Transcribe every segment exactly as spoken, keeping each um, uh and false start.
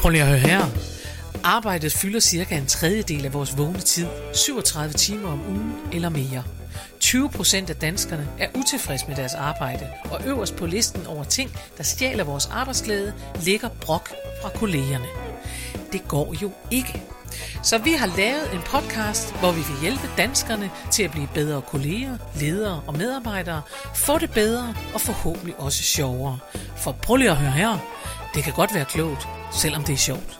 Prøv lige at høre her. Arbejdet fylder cirka en tredjedel af vores vågne tid, syvogtredive timer om ugen eller mere. tyve procent af danskerne er utilfredse med deres arbejde, og øverst på listen over ting, der stjæler vores arbejdsglæde, ligger brok fra kollegerne. Det går jo ikke. Så vi har lavet en podcast, hvor vi vil hjælpe danskerne til at blive bedre kolleger, ledere og medarbejdere, få det bedre og forhåbentlig også sjovere. For prøv lige at høre her. Det kan godt være klogt, selvom det er sjovt.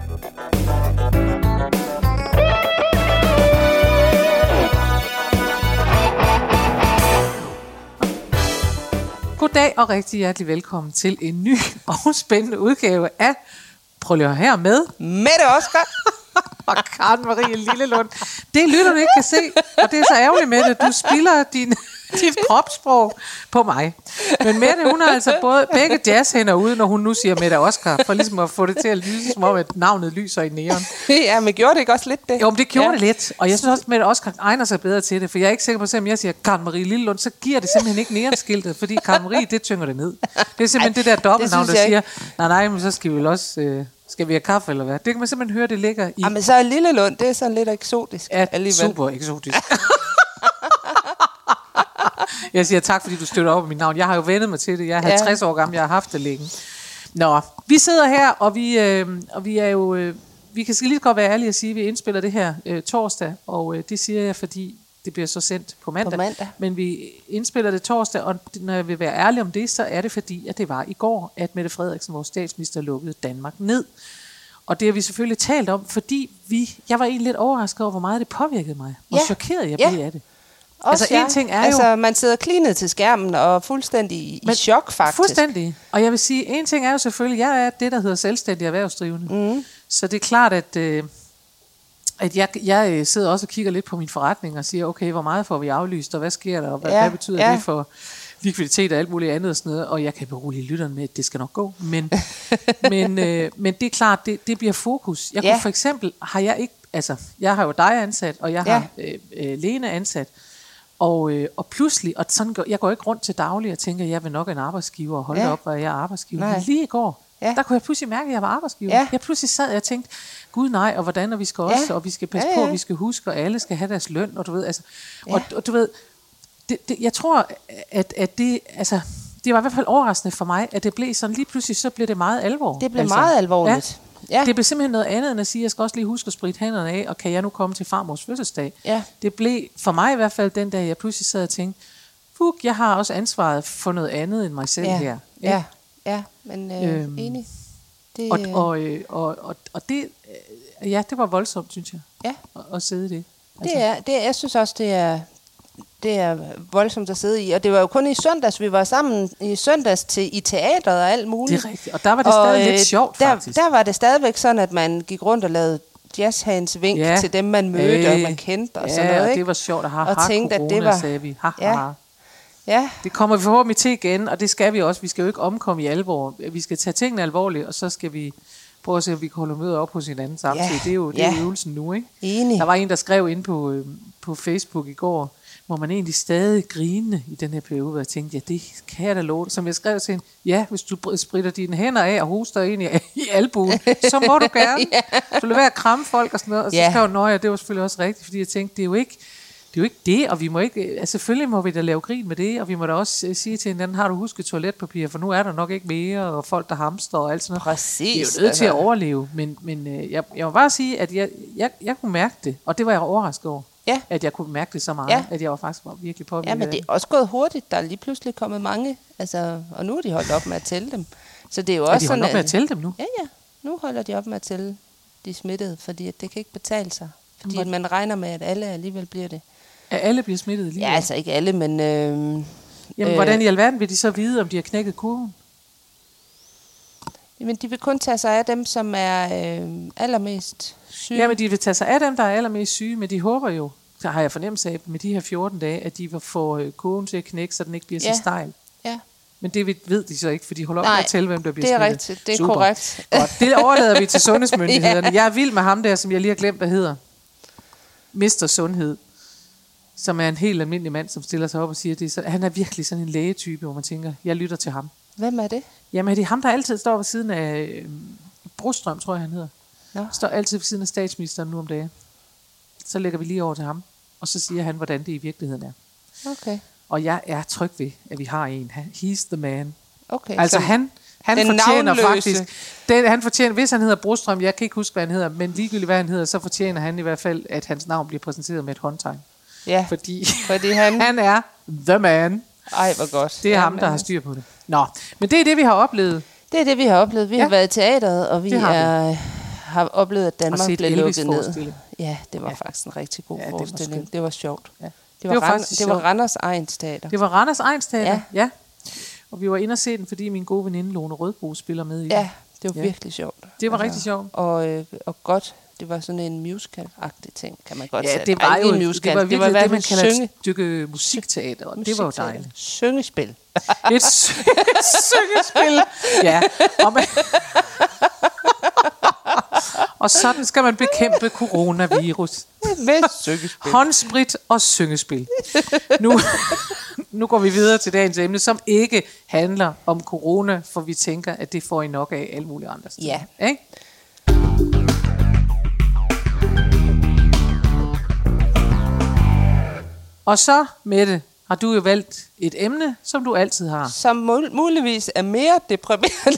Goddag og rigtig hjertelig velkommen til en ny og spændende udgave af Prøv lige at høre her med Mette Oskar og Karen Marie Lillelund. Det lytterne ikke kan se, og det er så ærgerligt, Mette. Du spilder din, dit kropssprog på mig. Men Mette, hun har altså både begge jazzhænder ude, når hun nu siger Mette Oskar, for ligesom at få det til at lyse, som om at navnet lyser i neon. Ja, men gjorde det ikke også lidt det? Jo, men det gjorde ja. det lidt, og jeg synes også, at Mette Oskar egner sig bedre til det, for jeg er ikke sikker på, at om jeg siger Karen Marie Lillelund, så giver det simpelthen ikke neonskiltet, fordi Karen Marie, det tynger det ned. Det er simpelthen Ej, det der dobbeltnavn, der siger, nej, nej, men så skal vi vel også... Øh, Skal vi have kaffe eller hvad? Det kan man simpelthen høre, det ligger i... Ja, men så er Lillelund, det er sådan lidt eksotisk. Ja, alligevel. Super eksotisk. Jeg siger tak, fordi du støtter op på mit navn. Jeg har jo vendet mig til det. Jeg er halvtreds ja. år gammel, jeg har haft det længe. Nå, vi sidder her, og vi, øh, og vi er jo... Øh, vi kan lige godt være ærlige og sige, at vi indspiller det her øh, torsdag, og øh, det siger jeg, fordi det bliver så sendt på mandag. på mandag. Men vi indspiller det torsdag, og når jeg vil være ærlig om det, så er det fordi, at det var i går, at Mette Frederiksen, vores statsminister, lukkede Danmark ned. Og det har vi selvfølgelig talt om, fordi vi, jeg var egentlig lidt overrasket over, hvor meget det påvirkede mig. Hvor ja. chokeret jeg ja. blev af det. Også altså, en ting er jo... altså, man sidder klinet til skærmen og fuldstændig i men, chok, faktisk. Fuldstændig. Og jeg vil sige, en ting er jo selvfølgelig, jeg er det, der hedder selvstændig erhvervsdrivende. Mm. Så det er klart, at... Øh, at jeg, jeg sidder også og kigger lidt på min forretning og siger, okay, hvor meget får vi aflyst, og hvad sker der, og hvad, ja, hvad betyder ja. det for likviditet og alt muligt andet og sådan noget, og jeg kan berolige lytterne med, at det skal nok gå, men, men, øh, men det er klart, det, det bliver fokus. Jeg ja. kunne for eksempel, har jeg ikke, altså, jeg har jo dig ansat, og jeg har ja. øh, øh, Lene ansat, og, øh, og pludselig, og sådan går, jeg går ikke rundt til daglig og tænker, jeg vil nok en arbejdsgiver, og holde ja. op, hvor jeg er arbejdsgiver. Nej. Lige i går, ja. der kunne jeg pludselig mærke, at jeg var arbejdsgiver. Ja. Jeg pludselig sad og tænkte, gud nej, og hvordan, og vi skal også, ja. og vi skal passe ja, ja. på, og vi skal huske, og alle skal have deres løn, og du ved, altså, ja. og, og du ved, det, det, jeg tror, at, at det, altså, det var i hvert fald overraskende for mig, at det blev sådan, lige pludselig, så blev det meget alvor. Det blev altså, meget alvorligt. Ja. Ja. Det blev simpelthen noget andet, end at sige, jeg skal også lige huske at spritte hænderne af, og kan jeg nu komme til farmors fødselsdag? Ja. Det blev, for mig i hvert fald, den dag, jeg pludselig sad og tænkte, fuck, jeg har også ansvaret for noget andet end mig selv ja. her. Ja, ja, men øh, øhm, enig. Det, og, og, og, og, og det, ja, det var voldsomt, synes jeg, ja. at, at sidde i det. Altså. Det er, det, jeg synes også, det er, det er voldsomt at sidde i. Og det var jo kun i søndags, vi var sammen i søndags til, i teateret og alt muligt. Det er rigtigt, og der var det og, stadig øh, lidt sjovt, der, faktisk. Der var det stadigvæk sådan, at man gik rundt og lavede jazzhands vink ja. til dem, man mødte hey. og man kendte og ja, sådan noget. Ja, ikke? det var sjovt, og har og tænkte, corona, at det var, sagde vi. Ha, ja. ha. Ja. Det kommer vi forhåbentlig til igen, og det skal vi også. Vi skal jo ikke omkomme i alvor. Vi skal tage tingene alvorligt, og så skal vi prøve at se, om vi kan holde møder op hos hinanden samtidig. Ja. Det er jo det er ja. øvelsen nu, ikke? Enig. Der var en, der skrev ind på, øh, på Facebook i går, hvor man egentlig stadig grine i den her periode, og jeg tænkte, ja, det kan jeg da love. Som jeg skrev til hende, ja, hvis du spritter dine hænder af og hoster ind i, i albuen, så må du gerne. ja. Så lad være at kramme folk og sådan noget. Og så ja. skrev hun, ja, det var selvfølgelig også rigtigt, fordi jeg tænkte, det er jo ikke, det er jo ikke det, og vi må ikke, altså selvfølgelig må vi da lave grin med det, og vi må da også sige til hinanden, har du husket toiletpapir, for nu er der nok ikke mere, og folk der hamster og alt sådan noget. Præcis. Det er jo nødt til at overleve, men, men jeg, jeg må bare sige, at jeg, jeg, jeg kunne mærke det, og det var jeg overrasket over. Ja. At jeg kunne mærke det så meget, ja. at jeg var faktisk var virkelig påvirket. Ja, men det er også gået hurtigt. Der er lige pludselig kommet mange, altså, og nu er de holdt op med at tælle dem. Så det er jo også er de sådan, holdt op med at tælle dem nu? Ja, ja. Nu holder de op med at tælle de smittede, fordi at det kan ikke betale sig. Fordi at man regner med, at alle alligevel bliver det. At alle bliver smittet alligevel? Ja, altså ikke alle, men... Øh, Jamen, øh, hvordan i alverden vil de så vide, om de har knækket kurven? Jamen, de vil kun tage sig af dem, som er øh, allermest syge. Jamen, de vil tage sig af dem, der er allermest syge, men de håber jo, så har jeg fornemmelse af, med de her fjorten dage, at de vil få øh, kurven til at knække, så den ikke bliver ja. så stejl. Ja. Men det ved de så ikke, for de holder op med at tælle, hvem der bliver smittet. Nej, det er smittet. rigtigt. Det er Super. korrekt. Godt. Det overlader vi til sundhedsmyndighederne. ja. Jeg er vild med ham der, som jeg lige har glemt, hvad hedder. mister Sundhed. Som er en helt almindelig mand, som stiller sig op og siger, det er så, han er virkelig sådan en lægetype, hvor man tænker, jeg lytter til ham. Hvem er det? Jamen, det er ham, der altid står ved siden af Brostrøm, tror jeg, han hedder. Nå. Står altid ved siden af statsministeren nu om dagen. Så lægger vi lige over til ham, og så siger han, hvordan det i virkeligheden er. Okay. Og jeg er tryg ved, at vi har en. He's the man. Okay. Altså han, han den fortjener navnløse. faktisk, den, han fortjener, hvis han hedder Brostrøm, jeg kan ikke huske, hvad han hedder, men ligegyldigt hvad han hedder, så fortjener han i hvert fald, at hans navn bliver præsenteret med et håndtegn. Ja, Fordi, fordi han... han er the man. Ej, hvor godt. Det er ham, der har styr på det. Nå, men det er det, vi har oplevet. Det er det, vi har oplevet. Vi ja. har været i teateret, og vi har vi. er, har oplevet, at Danmark blev lukket ned. Ja, det var ja. faktisk en rigtig god ja, forestilling. Det var, det var sjovt. Ja. Det, var det, var Rand, det var Randers Egns Teater. Det var Randers Egns Teater, ja. ja. Og vi var inde og se den, fordi min gode veninde Lone Rødbro spiller med i den. Ja, det var ja. virkelig sjovt. Det var altså, rigtig sjovt. Og, øh, og godt. Det var sådan en musical-agtig ting, kan man godt ja, sige. det var jo en musical. Det var virkelig det, det man kalder synge. et stykke musikteater, og det var jo dejligt. Syngespil. Et sy- syngespil. Ja. Og, man og sådan skal man bekæmpe coronavirus. Med syngespil. Håndsprit og syngespil. Nu, nu går vi videre til dagens emne, som ikke handler om corona, for vi tænker, at det får I nok af alle mulige andre steder. Ja. Ikke? Og så, Mette, har du jo valgt et emne, som du altid har. Som mul- muligvis er mere deprimerende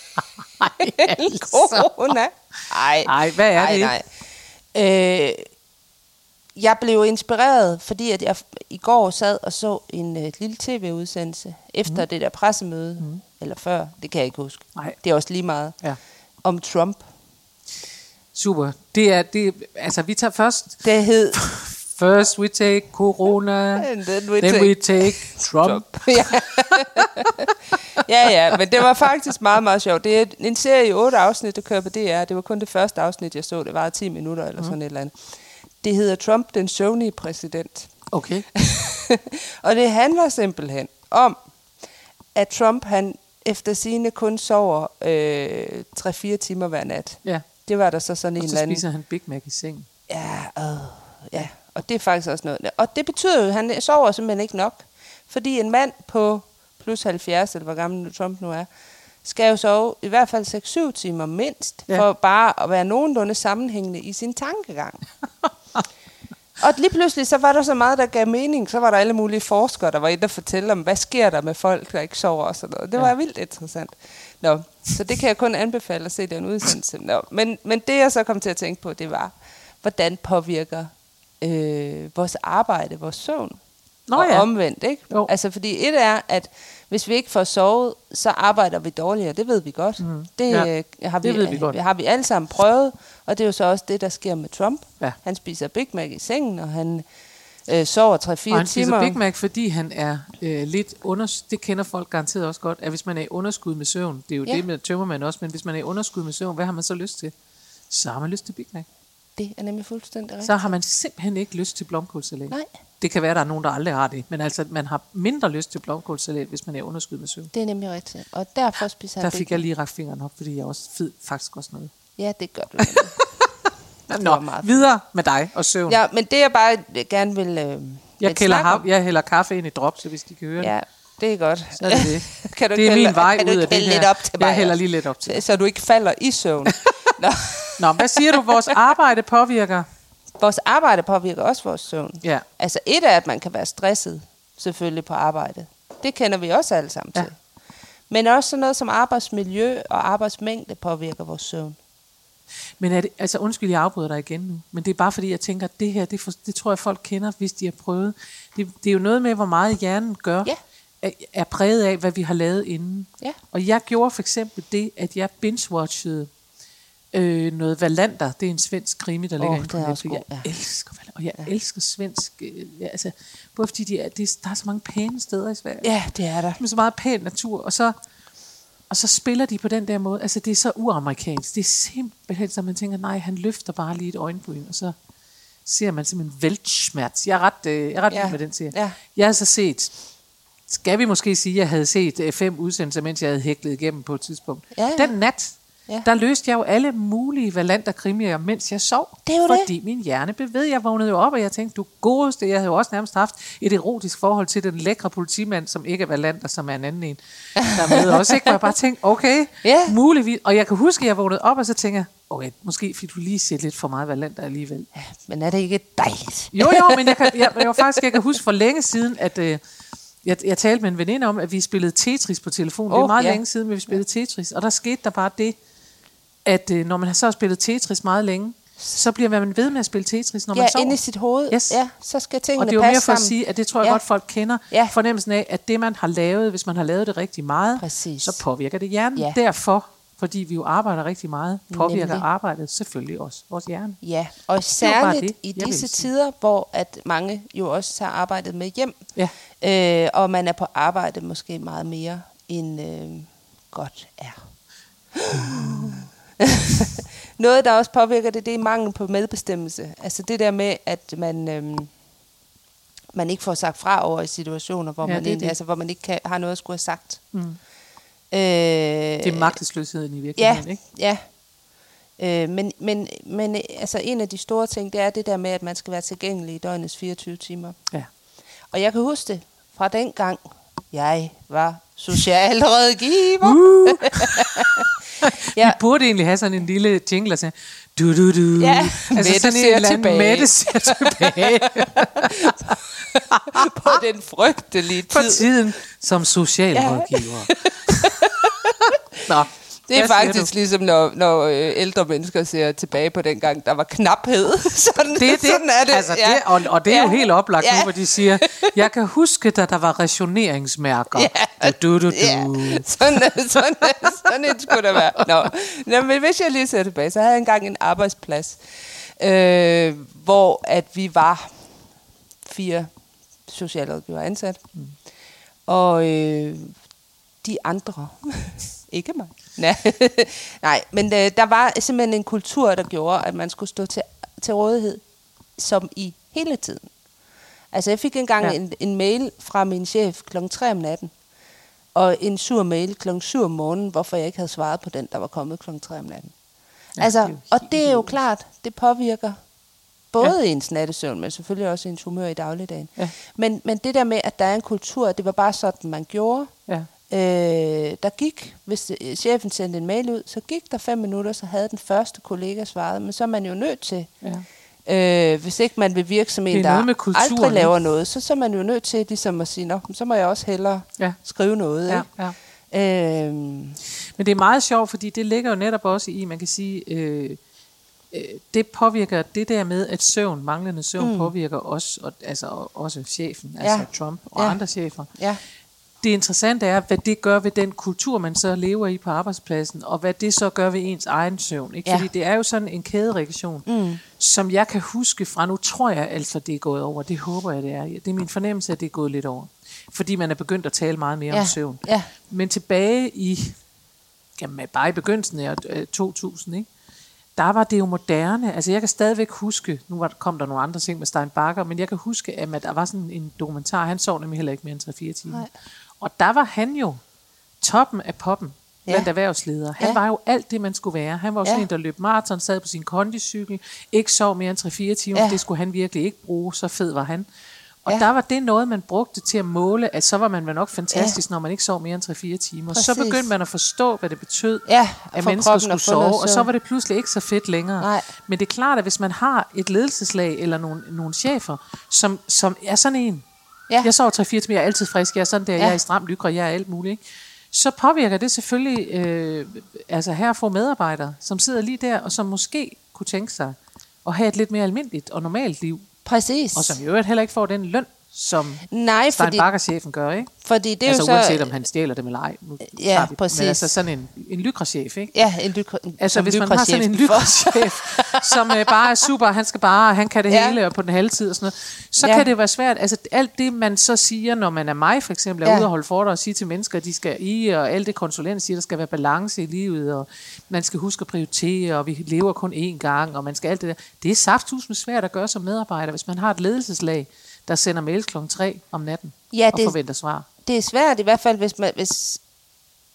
end corona. Ej, Ej, hvad er ej, det? Nej. Øh, jeg blev inspireret, fordi at jeg i går sad og så en uh, lille tv-udsendelse efter mm. det der pressemøde, mm. eller før, det kan jeg ikke huske. Nej. Det er også lige meget. Ja. Om Trump. Super. Det er, det, altså, vi tager først... Det hed... First we take corona, And then we then take, we take Trump. Trump. ja. ja, ja, men det var faktisk meget, meget sjovt. Det er en serie i otte afsnit, der kører på D R. Det var kun det første afsnit, jeg så. Det var ti minutter eller mm. sådan et eller andet. Det hedder Trump, den søvnige præsident. Okay. Og det handler simpelthen om, at Trump, han efter sigende kun sover øh, tre fire timer hver nat. Ja. Det var der så sådan og en så eller anden... spiser han Big Mac i sengen. Ja, øh, ja. Og det er faktisk også noget. Og det betyder jo, at han sover simpelthen ikke nok. Fordi en mand på plus halvfjerds, eller hvor gammel Trump nu er, skal jo sove i hvert fald seks syv timer mindst, ja. for bare at være nogenlunde sammenhængende i sin tankegang. Og lige pludselig, så var der så meget, der gav mening. Så var der alle mulige forskere, der var inde og fortælle om, hvad sker der med folk, der ikke sover og sådan noget. Det var ja. vildt interessant. Nå, så det kan jeg kun anbefale at se den udsendelse. Nå, men, men det, jeg så kom til at tænke på, det var, hvordan påvirker øh, vores arbejde, vores søvn. Nå, og ja. omvendt, ikke? Jo. Altså, fordi et er, at hvis vi ikke får sovet, så arbejder vi dårligere. Det ved vi godt. Mm. Det, ja. øh, har, vi, det ved vi godt. har vi alle sammen prøvet, og det er jo så også det, der sker med Trump. Ja. Han spiser Big Mac i sengen, og han øh, sover tre fire timer. Og han spiser Big Mac, fordi han er øh, lidt under... Det kender folk garanteret også godt, at hvis man er i underskud med søvn, det er jo ja. det med tømmermand også, men hvis man er i underskud med søvn, hvad har man så lyst til? Så har man lyst til Big Mac. Det er nemlig fuldstændig rigtigt. Så har man simpelthen ikke lyst til blomkålsalat. Nej. Det kan være, der er nogen, der aldrig har det. Men altså, man har mindre lyst til blomkålsalat, hvis man er underskud med søvn. Det er nemlig rigtigt. Og derfor spiser han Der fik jeg lige rakt fingeren op, fordi jeg også fed faktisk også noget. Ja, det gør du. Nå, videre med dig og søvn. Ja, men det jeg bare gerne vil øh, jeg, kælder ha- jeg hælder kaffe ind i drop, så hvis de kan høre ja, det er godt. Så er det det. kan du det er hælde, min vej kan ud af det her. Lidt op til mig, jeg hælder lige lidt op til. Så du ikke falder i søvn. Nå. Nå, hvad siger du, vores arbejde påvirker? Vores arbejde påvirker også vores søvn. Ja. Altså et er, at man kan være stresset, selvfølgelig på arbejdet. Det kender vi også alle sammen ja. til. Men også sådan noget som arbejdsmiljø og arbejdsmængde påvirker vores søvn. Men er det, altså undskyld, jeg afbryder dig igen nu, men det er bare fordi, jeg tænker, at det her, det, for, det tror jeg, folk kender, hvis de har prøvet. Det, det er jo noget med, hvor meget hjernen gør, ja. er, er præget af, hvad vi har lavet inden. Ja. Og jeg gjorde for eksempel det, at jeg binge-watchede øh, noget Wallander. Det er en svensk krimi, der ligger oh, inde på Netflix. Jeg ja. elsker Wallander, og jeg ja. elsker svensk. Øh, ja, altså, både fordi de er, det, der er så mange pæne steder i Sverige. Ja, det er der. Med så meget pæn natur, og så... Og så spiller de på den der måde. Altså, det er så uamerikansk. Det er simpelthen, så man tænker, nej, han løfter bare lige et øjenbryn, og så ser man simpelthen Weltschmerz. Jeg er ret, øh, jeg er ret ja. vild med den serie. Ja. Jeg har så set, skal vi måske sige, at jeg havde set øh, fem udsendelser, mens jeg havde hæklet igennem på et tidspunkt. Ja, ja. Den nat, Ja. Der løste jeg jo alle mulige Wallander-krimier, mens jeg sov. Det er jo fordi det. min hjerne bevægede. Jeg vågnede jo op, og jeg tænkte, du godeste. Jeg havde jo også nærmest haft et erotisk forhold til den lækre politimand, som ikke er Wallander, som er en anden en. Der med også, ikke? Hvor jeg bare tænkte, okay, Ja. muligvis. Og jeg kan huske, at jeg vågnede op, og så tænker jeg, okay, måske fik du lige set lidt for meget Wallander alligevel. Ja, men er det ikke dejligt? Jo, jo, men jeg kan, jeg, jeg, faktisk, jeg kan huske for længe siden, at øh, jeg, jeg talte med en veninde om, at vi spillede Tetris på telefonen. Oh, det er meget ja. længe siden, at vi spillede Tetris. Og der skete der bare det, at øh, når man har så spillet Tetris meget længe, så bliver man ved med at spille Tetris, når Ja, man sover. inde i sit hoved. Yes. Ja, så skal tingene Og det er jo passe mere for at sammen. sige, at det tror jeg Ja. godt, folk kender. Ja. Fornemmelsen af, at det man har lavet, hvis man har lavet det rigtig meget, Præcis. så påvirker det hjernen. Ja. Derfor, fordi vi jo arbejder rigtig meget, påvirker Nemlig. arbejdet selvfølgelig også vores hjerne. Ja, og var bare særligt det, i jeg disse ville sige. tider, hvor at mange jo også har arbejdet med hjem, Ja. øh, og man er på arbejde måske meget mere end øh, godt er. Noget, der også påvirker det, det er mangel på medbestemmelse. Altså det der med, at man, øhm, man ikke får sagt fra over i situationer, hvor, Ja, man, det er egentlig, det. altså, hvor man ikke kan, har noget at skulle have sagt. Mm. Øh, Det er magtesløsheden i Ja, virkeligheden, ikke? ja. Øh, men, men, men altså, en af de store ting, det er det der med, at man skal være tilgængelig i døgnets fireogtyve timer. Ja. Og jeg kan huske det fra den gang, jeg var socialrådgiver. Uh. Ja. Vi burde egentlig have sådan en lille jingle, der siger, du, du, du. Ja, Mette sådan en ser eller anden tilbage. Mette ser tilbage På den frygtelige på tid. tiden som socialrådgiver. Nå, Det er hvad siger faktisk du? ligesom, når, når øh, ældre mennesker ser tilbage på den gang, der var knaphed. sådan, Det er det, sådan er det. Altså det og, og det er Ja. jo helt oplagt Ja. nu, hvor de siger, jeg kan huske, da der var rationeringsmærker. Ja. Du, du, du, Ja, du. sådan, sådan, sådan et skulle der være. Nå. Nå, men hvis jeg lige ser tilbage, så havde jeg engang en arbejdsplads, øh, hvor at vi var fire socialrådgivere ansat. Mm. Og øh, de andre, ikke mig. Nej, Nej men øh, der var simpelthen en kultur, der gjorde, at man skulle stå til, til rådighed, som i hele tiden. Altså jeg fik engang Ja. en, en mail fra min chef klokken tre om natten, og en sur mail klokken syv om morgenen, hvorfor jeg ikke havde svaret på den, der var kommet klokken tre om natten. Ja, Altså, det er jo og helt det er jo idiotisk. klart, det påvirker både ja. ens nattesøvn, men selvfølgelig også ens humør i dagligdagen. Ja. Men, men det der med, at der er en kultur, det var bare sådan, man gjorde. Ja. Øh, der gik, hvis øh, chefen sendte en mail ud, så gik der fem minutter, så havde den første kollega svaret, men så er man jo nødt til, Ja. øh, hvis ikke man vil virke som Det en, er der noget med kulturen, aldrig laver ikke? noget, så, så er man jo nødt til ligesom at sige, nå, så må jeg også hellere Ja. skrive noget. Ja, Ikke? ja. Øhm, Men det er meget sjovt, fordi det ligger jo netop også i, man kan sige, øh, øh, det påvirker det der med, at søvn, manglende søvn, mm. påvirker os, og, altså også chefen, Ja. altså Trump og Ja. andre chefer. ja. Det interessante er, hvad det gør ved den kultur, man så lever i på arbejdspladsen, og hvad det så gør ved ens egen søvn. Ikke? Ja. Fordi det er jo sådan en kædereaktion, mm. som jeg kan huske fra, nu tror jeg altså, det er gået over. Det håber jeg, det er. Det er min fornemmelse, at det er gået lidt over. Fordi man er begyndt at tale meget mere Ja. om søvn. Ja. Men tilbage i, jamen, bare i begyndelsen af øh, to tusind, ikke? Der var det jo moderne. Altså jeg kan stadigvæk huske, nu var, kom der nogle andre ting med Stein Bakker, men jeg kan huske, at der var sådan en dokumentar, han sov nemlig heller ikke mere end tre fire timer. Nej. Og der var han jo toppen af poppen blandt Ja. erhvervsledere. Han Ja. var jo alt det, man skulle være. Han var jo Ja. sådan en, der løb maraton, sad på sin kondicykel, ikke sov mere end tre fire timer, Ja. for det skulle han virkelig ikke bruge, så fed var han. Og Ja. der var det noget, man brugte til at måle, at så var man vel nok fantastisk, når man ikke sov mere end tre fire timer. Så Præcis. begyndte man at forstå, hvad det betød, Ja, at for mennesker kroppen skulle at få noget sove, og så søvn. var det pludselig ikke så fedt længere. Nej. Men det er klart, at hvis man har et ledelseslag eller nogle, nogle chefer, som, som er sådan en, Ja. jeg sover tre fire timer, jeg er altid frisk, jeg er sådan der, Ja. jeg er i stram lykker, jeg er alt muligt, ikke? Så påvirker det selvfølgelig øh, altså her få medarbejdere, som sidder lige der, og som måske kunne tænke sig at have et lidt mere almindeligt og normalt liv, Præcis. og som i øvrigt heller ikke får den løn, som Nej, Stein fordi, Bakker-chefen gør, ikke? fordi det er Altså jo så... uanset om han stjæler dem eller ej. Nu Ja, tager vi- præcis. Men altså sådan en, en lykrechef, ikke? Ja, en lyk- Altså som hvis man har sådan en lykrechef. lykrechef, som øh, bare er super, han skal bare, han kan det Ja. hele og på den halve tid og sådan noget, så Ja. kan det være svært. Altså alt det, man så siger, når man er mig for eksempel, er Ja. ude og holde foredrag og sige til mennesker, at de skal i, og alt det konsulent siger, der skal være balance i livet, og man skal huske at prioritere, og vi lever kun én gang, og man skal alt det der. Det er saftsusme svært at gøre som medarbejder, hvis man har et ledelseslag, der sender mails klokken tre om natten Ja, og det- forventer svar. Det er svært i hvert fald, hvis, man, hvis,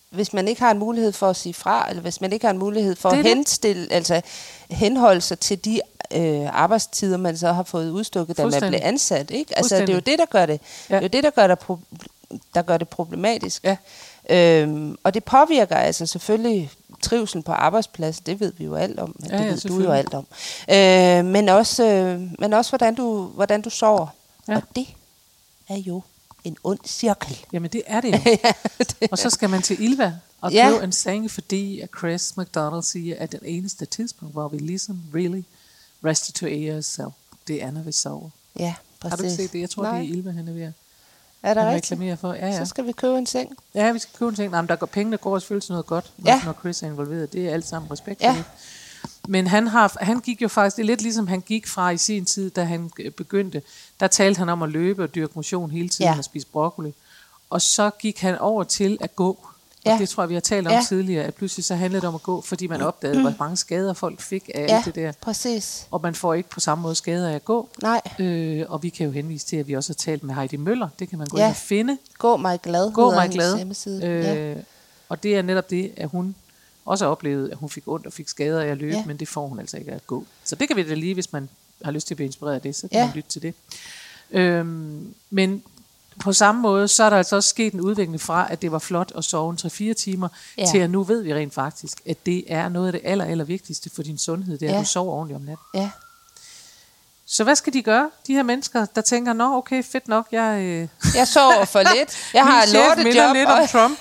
hvis man ikke har en mulighed for at sige fra, eller hvis man ikke har en mulighed for Det er at det. henstille, altså henholde sig til de øh, arbejdstider, man så har fået udstukket, da man Fuldstændig. blev ansat. Ikke? Altså, det er jo Fuldstændig. det, der gør det. Ja. Det er jo det, der gør det, pro- der gør det problematisk. Ja. Øhm, og det påvirker altså selvfølgelig trivsel på arbejdspladsen, det ved vi jo alt om, det Ja, ja, ved du jo selvfølgelig. alt om. Øh, men også, øh, men også hvordan, du, hvordan du sover. Ja. Og det er jo en ond cirkel. Jamen, det er det jo. ja, det Og så skal man til Ilva og Ja. købe en seng, fordi at Chris McDonald siger, at den eneste tidspunkt, hvor vi ligesom really restituere os selv, det er, når vi sover. Ja, præcis. Har du ikke set det? Jeg tror, Nej. det er Ilva, han er ved at Er der han rigtigt? reklamerer for. Ja, ja. Så skal vi købe en seng. Ja, vi skal købe en ting. Nej, men der går penge, der går selvfølgelig til noget godt, når, Ja. når Chris er involveret. Det er alt sammen respekt Ja. for det. Men han, har, han gik jo faktisk, det er lidt ligesom han gik fra i sin tid, da han øh, begyndte. Der talte han om at løbe og dyrke motion hele tiden Ja. og spise broccoli. Og så gik han over til at gå. Ja. Og det tror jeg, vi har talt om Ja. tidligere, at pludselig så handlede det om at gå, fordi man opdagede, hvor mange skader folk fik af Ja, alt det der. præcis. Og man får ikke på samme måde skader af at gå. Nej, Øh, og vi kan jo henvise til, at vi også har talt med Heidi Møller. Det kan man gå Ja. ind og finde. gå mig glad. Gå hedder mig hendes glad. hjemmeside. Øh, Ja. Og det er netop det, at hun også har oplevet, at hun fik ondt og fik skader af at løbe, Ja. men det får hun altså ikke af at gå. Så det kan vi da lige, hvis man har lyst til at blive inspireret af det, så kan Ja. man lytte til det. Øhm, men på samme måde, så er der altså også sket en udvikling fra, at det var flot at sove en tre fire timer, Ja. til at nu ved vi rent faktisk, at det er noget af det aller, aller vigtigste for din sundhed, det er, Ja. at du sover ordentligt om natten. Ja. Så hvad skal de gøre, de her mennesker, der tænker, nå okay, fedt nok, jeg, øh, Jeg sover for lidt. Jeg har min et chef minder lortejob, lidt og om Trump.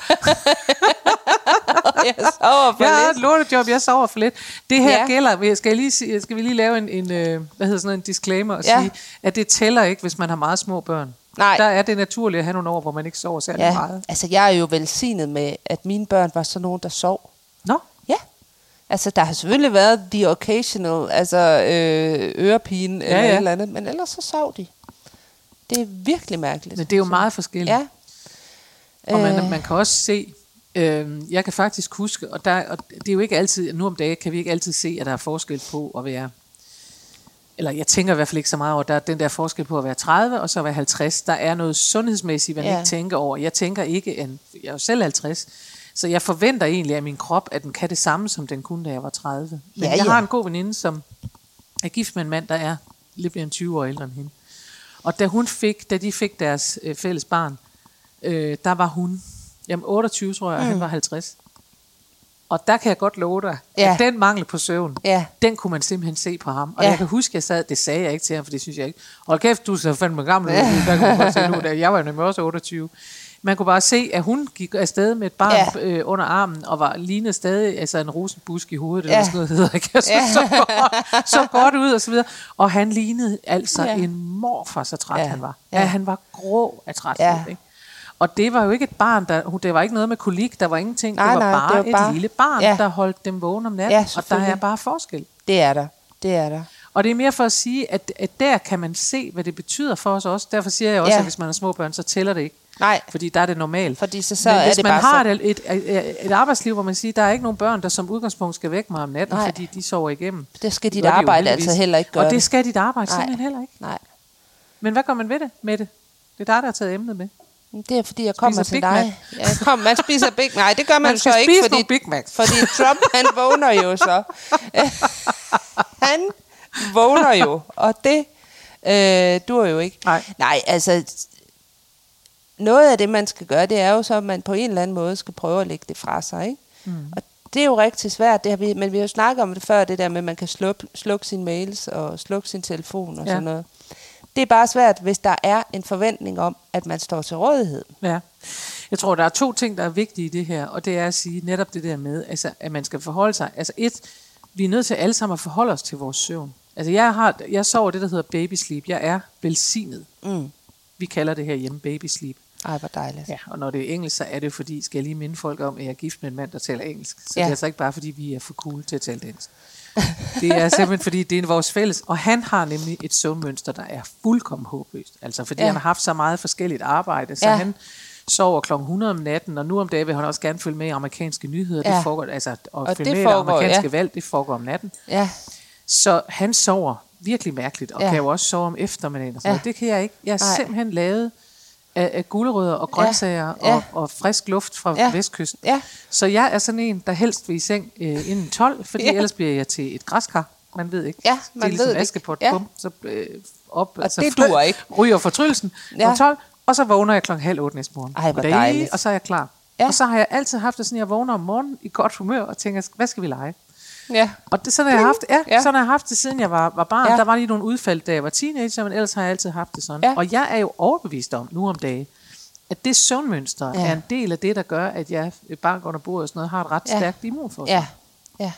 jeg sover for Jeg har lidt. et lortejob, jeg sover for lidt. Det her Ja. ja. gælder, skal, jeg lige, sige- skal vi lige lave en, en øh, hvad hedder sådan noget, en disclaimer og Ja. sige, at det tæller ikke, hvis man har meget små børn. Nej. Der er det naturligt at have nogle år, hvor man ikke sover særlig Ja, meget. altså jeg er jo velsignet med, at mine børn var sådan nogen, der sov. Nå, Ja. Altså, der har selvfølgelig været the occasional, altså øh, ørepine eller ja. et eller andet, men ellers så sov de. Det er virkelig mærkeligt. men det er jo meget forskelligt. Ja. Og man, Øh, man kan også se, øh, jeg kan faktisk huske, og, der, og det er jo ikke altid, nu om dagen kan vi ikke altid se, at der er forskel på at være, eller jeg tænker i hvert fald ikke så meget over, der er den der forskel på at være tredive og så at være halvtreds. Der er noget sundhedsmæssigt, man Ja. ikke tænker over. Jeg tænker ikke, at jeg er jo selv halvtreds, så jeg forventer egentlig af min krop, at den kan det samme, som den kunne, da jeg var tredive. Men Ja, jeg ja. har en god veninde, som er gift med en mand, der er lidt mere end tyve år ældre end hende. Og da hun fik, da de fik deres øh, fælles barn, øh, der var hun, jamen otteogtyve tror jeg, og han var halvtreds. Og der kan jeg godt love dig, Ja. at den mangel på søvn, Ja. den kunne man simpelthen se på ham. Og Ja. jeg kan huske, jeg sad, det sagde jeg ikke til ham, for det synes jeg ikke. Hold kæft, du er så fandme gammel. Ja. Der kunne man godt se nu, der, jeg var jo nemlig også otteogtyve. Man kunne bare se, at hun gik afsted med et barn Ja. ja. øh, under armen, og var lignede stadig altså en rosenbusk i hovedet, Ja. eller sådan noget hedder ikke? Altså, Ja. så, godt, så godt ud, og så videre. Og han lignede altså Ja. ja. en morfar, så træt Ja. han var. Ja. Ja, han var grå af træthed, Ja. ikke? Og det var jo ikke et barn, der, det var ikke noget med kolik, der var ingenting. Nej, det var nej, bare det var et bare- lille barn, Ja. der holdt dem vågne om natten. Ja, og der selvfølgelig. er bare forskel. Det er der. Det er der. Og det er mere for at sige, at, at der kan man se, hvad det betyder for os også. Derfor siger jeg også, Ja. at hvis man har små børn, så tæller det ikke. Nej, Fordi der er det normalt. fordi så, så Men er hvis det man bare har så... et, et, et, et arbejdsliv, hvor man siger, der er ikke nogen børn, der som udgangspunkt skal væk mig om natten, Nej. fordi de sover igennem. Det skal dit Gør de jo arbejde heldigvis. altså heller ikke gøre. Og det skal dit arbejde Nej. simpelthen heller ikke. Nej, Men hvad gør man ved det, med det? Det er dig, der har taget emnet med. det er fordi, jeg kommer Spiser til Big dig. Ja, kom, man spiser Big Nej, det gør man, Man så skal ikke, spise fordi, nogle Big Macs. fordi Trump, han vågner jo så. Han vågner jo, og det øh, dur jo ikke. Nej. Nej, altså... Noget af det, man skal gøre, det er jo så, at man på en eller anden måde skal prøve at lægge det fra sig, ikke? Mm. Og det er jo rigtig svært, det har vi, men vi har jo snakket om det før, det der med, at man kan slukke, slukke sine mails og slukke sin telefon og Ja. sådan noget. Det er bare svært, hvis der er en forventning om, at man står til rådighed. Ja. Jeg tror, der er to ting, der er vigtige i det her, og det er at sige netop det der med, altså, at man skal forholde sig. Altså et, vi er nødt til alle sammen at forholde os til vores søvn. Altså jeg, har, jeg sover det, der hedder baby sleep. Jeg er velsignet. Mm. Vi kalder det her hjemme baby sleep. Ej, hvor dejligt. Ja, og når det er engelsk, så er det fordi, skal jeg lige minde folk om, at jeg er gift med en mand, der taler engelsk. Så Ja. det er altså ikke bare, fordi vi er for cool til at tale dansk. Det er simpelthen, fordi det er vores fælles. Og han har nemlig et søvnmønster, der er fuldkommen håbløst. Altså, fordi Ja. ja. han har haft så meget forskelligt arbejde, så Ja. ja. han sover klokken hundrede om natten, og nu om dagen vil han også gerne følge med i amerikanske nyheder. Ja. Det foregår, altså, og, Og følge det med i foregår, det amerikanske ja. valg, det foregår om natten. Ja, Så han sover virkelig mærkeligt, og Ja. ja. kan jo også sove om eftermiddagen. Og sådan Ja. noget. Det kan jeg ikke. Jeg er Nej. simpelthen lavet af, af gulerødder og grøntsager Ja. Ja. og, og frisk luft fra Ja. vestkysten. Ja. Så jeg er sådan en, der helst vil i seng øh, inden tolv, fordi Ja. ellers bliver jeg til et græskar. Man ved ikke. Ja, det man er ligesom ved det Askepot. ikke. Ja. Bum, så øh, op, Og altså, det duer ikke. ryger fortryllelsen Ja. om tolv, og så vågner jeg klokken halv otte næste morgen. Ej, hvor Goddag, dejligt. og så er jeg klar. Ja. Og så har jeg altid haft det sådan, at jeg vågner om morgenen i godt humør og tænker, hvad skal vi lege? Ja. Og det, sådan har jeg haft, ja, Ja. sådan har jeg haft det, siden jeg var, var barn. Ja. Der var lige nogle udfald, da jeg var teenager, men ellers har jeg altid haft det sådan. Ja. Og jeg er jo overbevist om, nu om dagen, at det søvnmønster Ja. er en del af det, der gør, at jeg bank under bordet og sådan noget, har et ret Ja. stærkt immunforsvar. Ja. Ja.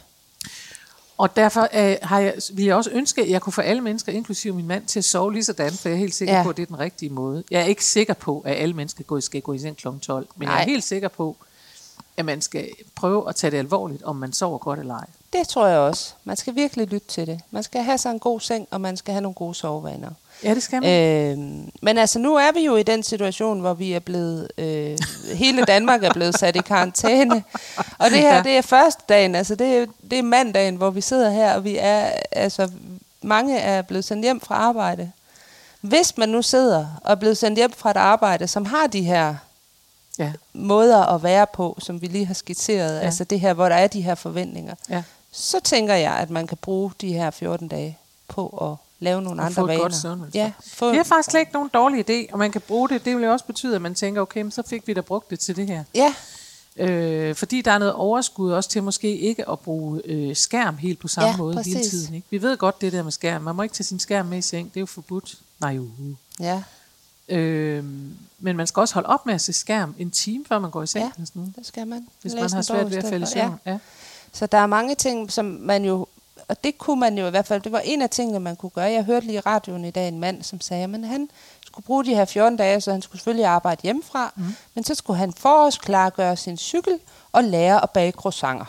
Og derfor øh, har jeg, vil jeg også ønske, at jeg kunne få alle mennesker, inklusive min mand, til at sove lige sådan, for jeg er helt sikker Ja. på, at det er den rigtige måde. Jeg er ikke sikker på, at alle mennesker går- skal gå i seng klokken tolv, men Nej. jeg er helt sikker på, at man skal prøve at tage det alvorligt, om man sover godt eller ej. Det tror jeg også. Man skal virkelig lytte til det. Man skal have sig en god seng, og man skal have nogle gode sovevaner. Ja, det skal man. Øhm, men altså, nu er vi jo i den situation, hvor vi er blevet... Øh, hele Danmark er blevet sat i karantæne. Og det her, Ja. det er første dagen. Altså, det er, det er mandagen, hvor vi sidder her, og vi er... Altså, mange er blevet sendt hjem fra arbejde. Hvis man nu sidder og er blevet sendt hjem fra et arbejde, som har de her Ja, måder at være på, som vi lige har skitseret, Ja. altså det her, hvor der er de her forventninger, ja. så tænker jeg, at man kan bruge de her fjorten dage på at lave nogle Og andre få et vaner. godt søvnmønster. Ja, få, Det er faktisk slet ikke nogen dårlig idé, og man kan bruge det. Det vil jo også betyde, at man tænker, okay, men så fik vi da brugt det til det her. ja, Øh, fordi der er noget overskud også til måske ikke at bruge øh, skærm helt på samme Ja, måde hele præcis. tiden. Ikke? Vi ved godt det der med skærm. Man må ikke tage sin skærm med i seng. Det er jo forbudt. Nej, jo. ja, Øh, men man skal også holde op med at se skærm en time, før man går i seng. Ja. Ja. Sådan noget, det skal man. hvis Læse man har en svært bog ved at stedet falde i for. søvn. Ja. Ja. Så der er mange ting, som man jo, og det kunne man jo i hvert fald, det var en af tingene, man kunne gøre. Jeg hørte lige i radioen i dag en mand, som sagde, at han skulle bruge de her fjorten dage, så han skulle selvfølgelig arbejde hjemmefra, mm. men så skulle han forårsklargøre sin cykel og lære at bage croissanter.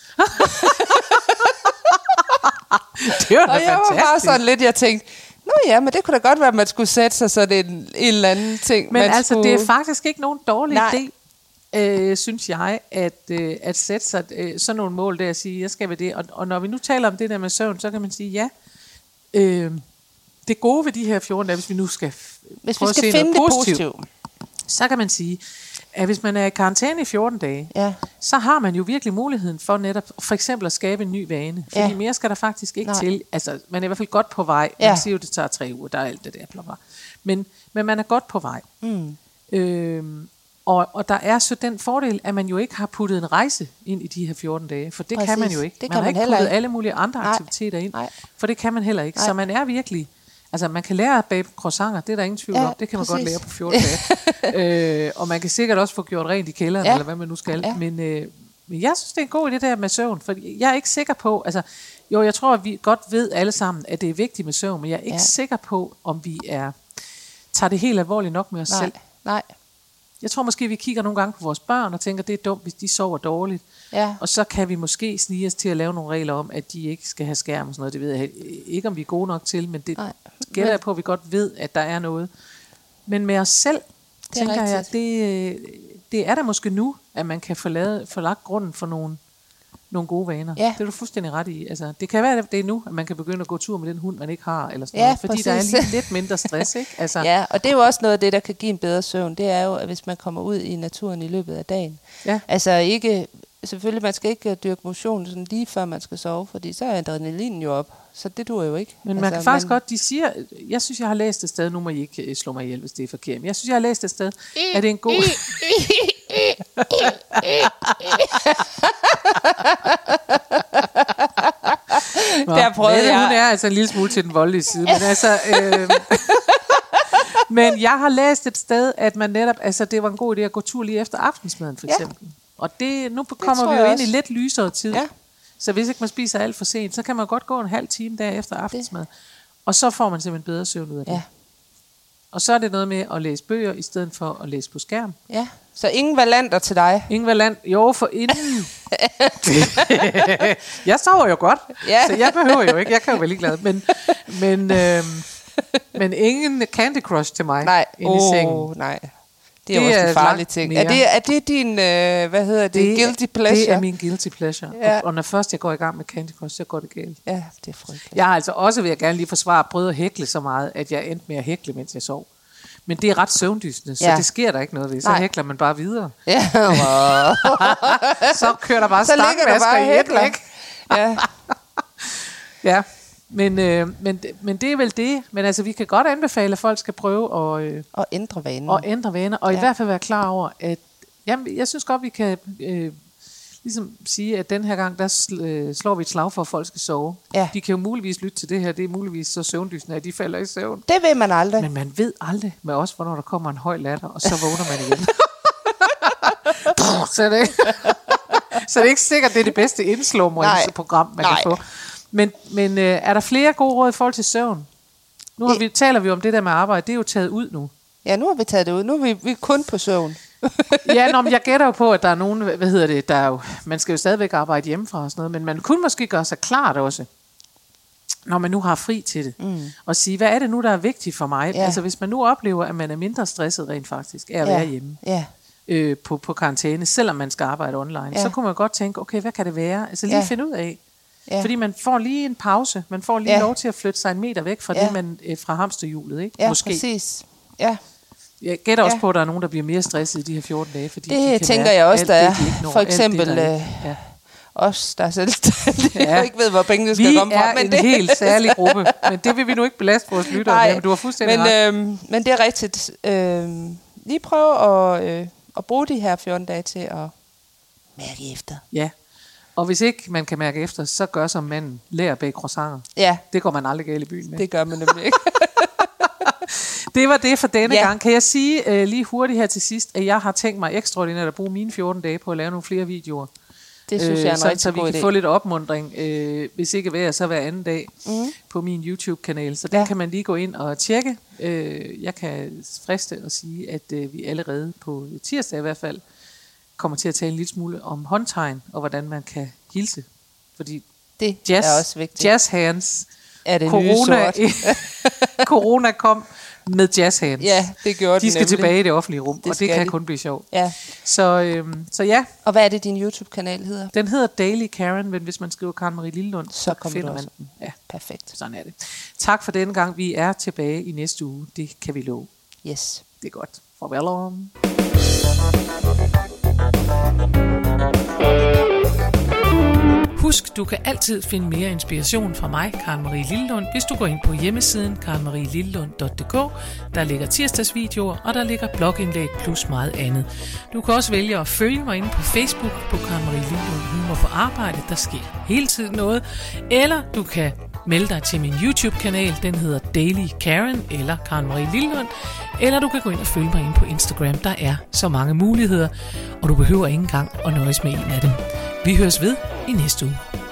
Det var da Og jeg var bare fantastisk. sådan lidt, jeg tænkte, nå ja, men det kunne da godt være, at man skulle sætte sig sådan en, en eller anden ting. Men man altså, skulle... det er faktisk ikke nogen dårlig Nej. idé, øh, synes jeg, at, øh, at sætte sig øh, sådan nogle mål der og sige, jeg skal ved det. Og, og når vi nu taler om det der med søvn, så kan man sige, ja, øh, det gode ved de her fjorten dage, hvis vi nu skal f- Hvis vi prøve at skal se finde noget det positivt, positive. så kan man sige, at hvis man er i karantæne i fjorten dage, Ja. så har man jo virkelig muligheden for netop for eksempel at skabe en ny vane. Fordi Ja. ja. mere skal der faktisk ikke Nej. til. Altså, man er i hvert fald godt på vej. Ja. Man siger jo, det tager tre uger, der er alt det der. Bla bla. Men, men man er godt på vej. Mm. Øhm, og, og der er så den fordel, at man jo ikke har puttet en rejse ind i de her fjorten dage. For det Præcis. kan man jo ikke. Det man kan har man ikke heller puttet ikke. alle mulige andre Nej. aktiviteter ind. Nej. For det kan man heller ikke. Nej. Så man er virkelig... Altså, man kan lære at bage croissanter, det er der ingen tvivl Ja, om. Det kan man præcis. godt lære på fjorten dage. øh, og man kan sikkert også få gjort rent i kælderen, Ja. ja. eller hvad man nu skal. Ja. Men, øh, men jeg synes, det er en god idé, det der med søvn. For jeg er ikke sikker på... Altså, jo, jeg tror, at vi godt ved alle sammen, at det er vigtigt med søvn, men jeg er ikke Ja. sikker på, om vi er tager det helt alvorligt nok med os Nej, selv. nej. Jeg tror måske, vi kigger nogle gange på vores børn og tænker, det er dumt, hvis de sover dårligt. Ja. Og så kan vi måske snige os til at lave nogle regler om, at de ikke skal have skærm og sådan noget. Det ved jeg ikke, om vi er gode nok til, men det Nej. gælder jeg på, at vi godt ved, at der er noget. Men med os selv, er tænker jeg, rigtigt. det, det er der måske nu, at man kan få, lavet, få lagt grunden for nogle, nogle gode vaner. Ja. Det er du fuldstændig ret i. Altså, det kan være, at det er nu, at man kan begynde at gå tur med den hund, man ikke har, eller sådan Ja, noget, fordi der er præcis. lige lidt mindre stress, ikke? Altså, Ja, og det er jo også noget af det, der kan give en bedre søvn. Det er jo, at hvis man kommer ud i naturen i løbet af dagen. Ja. Altså ikke, selvfølgelig man skal ikke dyrke motion sådan lige før man skal sove, fordi så er adrenalinen jo op. Så det duer jo ikke. Men man altså, kan faktisk godt, de siger, jeg synes, jeg har læst et sted, nu må I ikke øh, slå mig ihjel, hvis det er forkert, men jeg synes, jeg har læst et sted, at det er en god... Nå, Der prøvede Mette, jeg. hun er altså en lille smule til den voldelige side, men altså... Øh, men jeg har læst et sted, at man netop, altså det var en god idé at gå tur lige efter aftensmaden, for Ja. eksempel. Og det, nu kommer tror vi jeg jo ind også. i lidt lysere tid. Ja. Så hvis ikke man spiser alt for sent, så kan man godt gå en halv time der efter aftensmad. Og så får man simpelthen bedre søvn ud af det. Ja, Og så er det noget med at læse bøger, i stedet for at læse på skærm. ja. Så ingen valander til dig. Ingvar Land, jo for inden. Jeg sover jo godt, Ja. så jeg behøver jo ikke. Jeg kan jo være ligeglad. Men, men, øhm, men ingen Candy Crush til mig Nej, inde i sengen. åh, nej. Det er Det jo også er en farlig langt ting. mere. Er det, er det din, øh, hvad hedder det, det guilty pleasure? Det er min guilty pleasure. Ja. Og, og når først jeg går i gang med Candy Crush, så går det galt. Ja, det er frygteligt. Jeg har altså også, vil jeg gerne lige forsvare, prøvet at hækle så meget, at jeg endte med at hækle, mens jeg sov. Men det er ret søvndysende, så Ja. det sker der ikke noget ved. Så Nej. hækler man bare videre. Ja, Så kører der bare så ligger du stangmasker bare i og et hækler. væk. Ja. Ja, men, øh, men, men det er vel det. Men altså, vi kan godt anbefale, at folk skal prøve at, øh, Og ændre vanen. at ændre vaner. Og ja. Ja. i hvert fald være klar over, at jamen, jeg synes godt, vi kan øh, ligesom sige, at den her gang, der sl- øh, slår vi et slag for, at folk skal sove. Ja. De kan jo muligvis lytte til det her. Det er muligvis så søvndysende, at de falder i søvn. Det ved man aldrig. Men man ved aldrig med os, hvornår der kommer en høj latter, og så vågner man igen. så, er det ikke, så er det ikke sikkert, det er det bedste indslåmringsprogram, man Nej. kan få. Men, men øh, er der flere gode råd i forhold til søvn? Nu har vi, taler vi om det der med arbejde. Det er jo taget ud nu. Ja, nu har vi taget det ud. Nu er vi, vi er kun på søvn. Ja, nå, men jeg gætter jo på, at der er nogen, hvad hedder det, der er jo, man skal jo stadigvæk arbejde hjemmefra og sådan noget, men man kunne måske gøre sig klart også, når man nu har fri til det, mm. og sige, hvad er det nu, der er vigtigt for mig? Ja. Altså, hvis man nu oplever, at man er mindre stresset rent faktisk, af at Ja. være hjemme Ja. øh, på, på karantæne, selvom man skal arbejde online, Ja. så kunne man godt tænke, okay, hvad kan det være? Altså lige Ja. finde ud af. Ja. Fordi man får lige en pause, man får lige Ja. lov til at flytte sig en meter væk fra Ja. det, man øh, fra hamsterhjulet, ikke? Ja, Måske. præcis. Ja. Jeg gætter også Ja. på, at der er nogen, der bliver mere stresset i de her fjorten dage, fordi Det de kan tænker mærke jeg også, alt der det, er. de ikke når, For alt det, eksempel, der øh, ikke- ja. os, der er selvstændige. Ja. Jeg ikke ved, hvor pengene skal Vi komme fra. er Men en det, helt særlig gruppe, men det vil vi nu ikke belaste vores lyttere med, men du har fuldstændig men, ret. øhm, men det er rigtigt. Øhm, lige prøve at, øh, at bruge de her fjorten dage til at mærke efter. Ja, og hvis ikke man kan mærke efter, så gør som manden, lær at bage croissanter. Ja, Det går man aldrig galt i byen med. det gør man nemlig ikke. Det var det for denne Ja. gang. Kan jeg sige uh, lige hurtigt her til sidst, at jeg har tænkt mig ekstraordinært at bruge mine fjorten dage på at lave nogle flere videoer. Det synes jeg er en så, rigtig så vi god kan idé. få lidt opmuntring, øh, hvis ikke hver, så hver anden dag mm. på min YouTube-kanal. Så den Ja. kan man lige gå ind og tjekke. Øh, jeg kan friste at sige, at øh, vi allerede på tirsdag i hvert fald kommer til at tale en lille smule om håndtegn, og hvordan man kan hilse. Fordi Det jazz, er også vigtigt. jazz hands, Er det corona, nye sort? corona kom med jazz hands. Ja, det gjorde De den skal nemlig. tilbage i det offentlige rum, Det og det skal kan de. kun blive sjovt. Ja. Så, øhm, så ja, Og hvad er det, din YouTube-kanal hedder? den hedder Daily Karen, men hvis man skriver Karen Marie Lillelund, Så så kommer finder du man også. den. Ja, Perfekt. sådan er det. Tak for denne gang. Vi er tilbage i næste uge. Det kan vi love. Yes. Det er godt. Farvel. Husk, du kan altid finde mere inspiration fra mig, Karen Marie Lillelund, hvis du går ind på hjemmesiden karen marie lillelund punktum d k. Der ligger tirsdagsvideoer, og der ligger blogindlæg plus meget andet. Du kan også vælge at følge mig inde på Facebook på Karen Marie Lillelund Humor på Arbejde. Der sker hele tiden noget. Eller du kan melde dig til min YouTube-kanal. Den hedder Daily Karen eller Karen Marie Lillelund. Eller du kan gå ind og følge mig inde på Instagram. Der er så mange muligheder, og du behøver ikke engang at nøjes med en af dem. Vi høres ved i næste uge.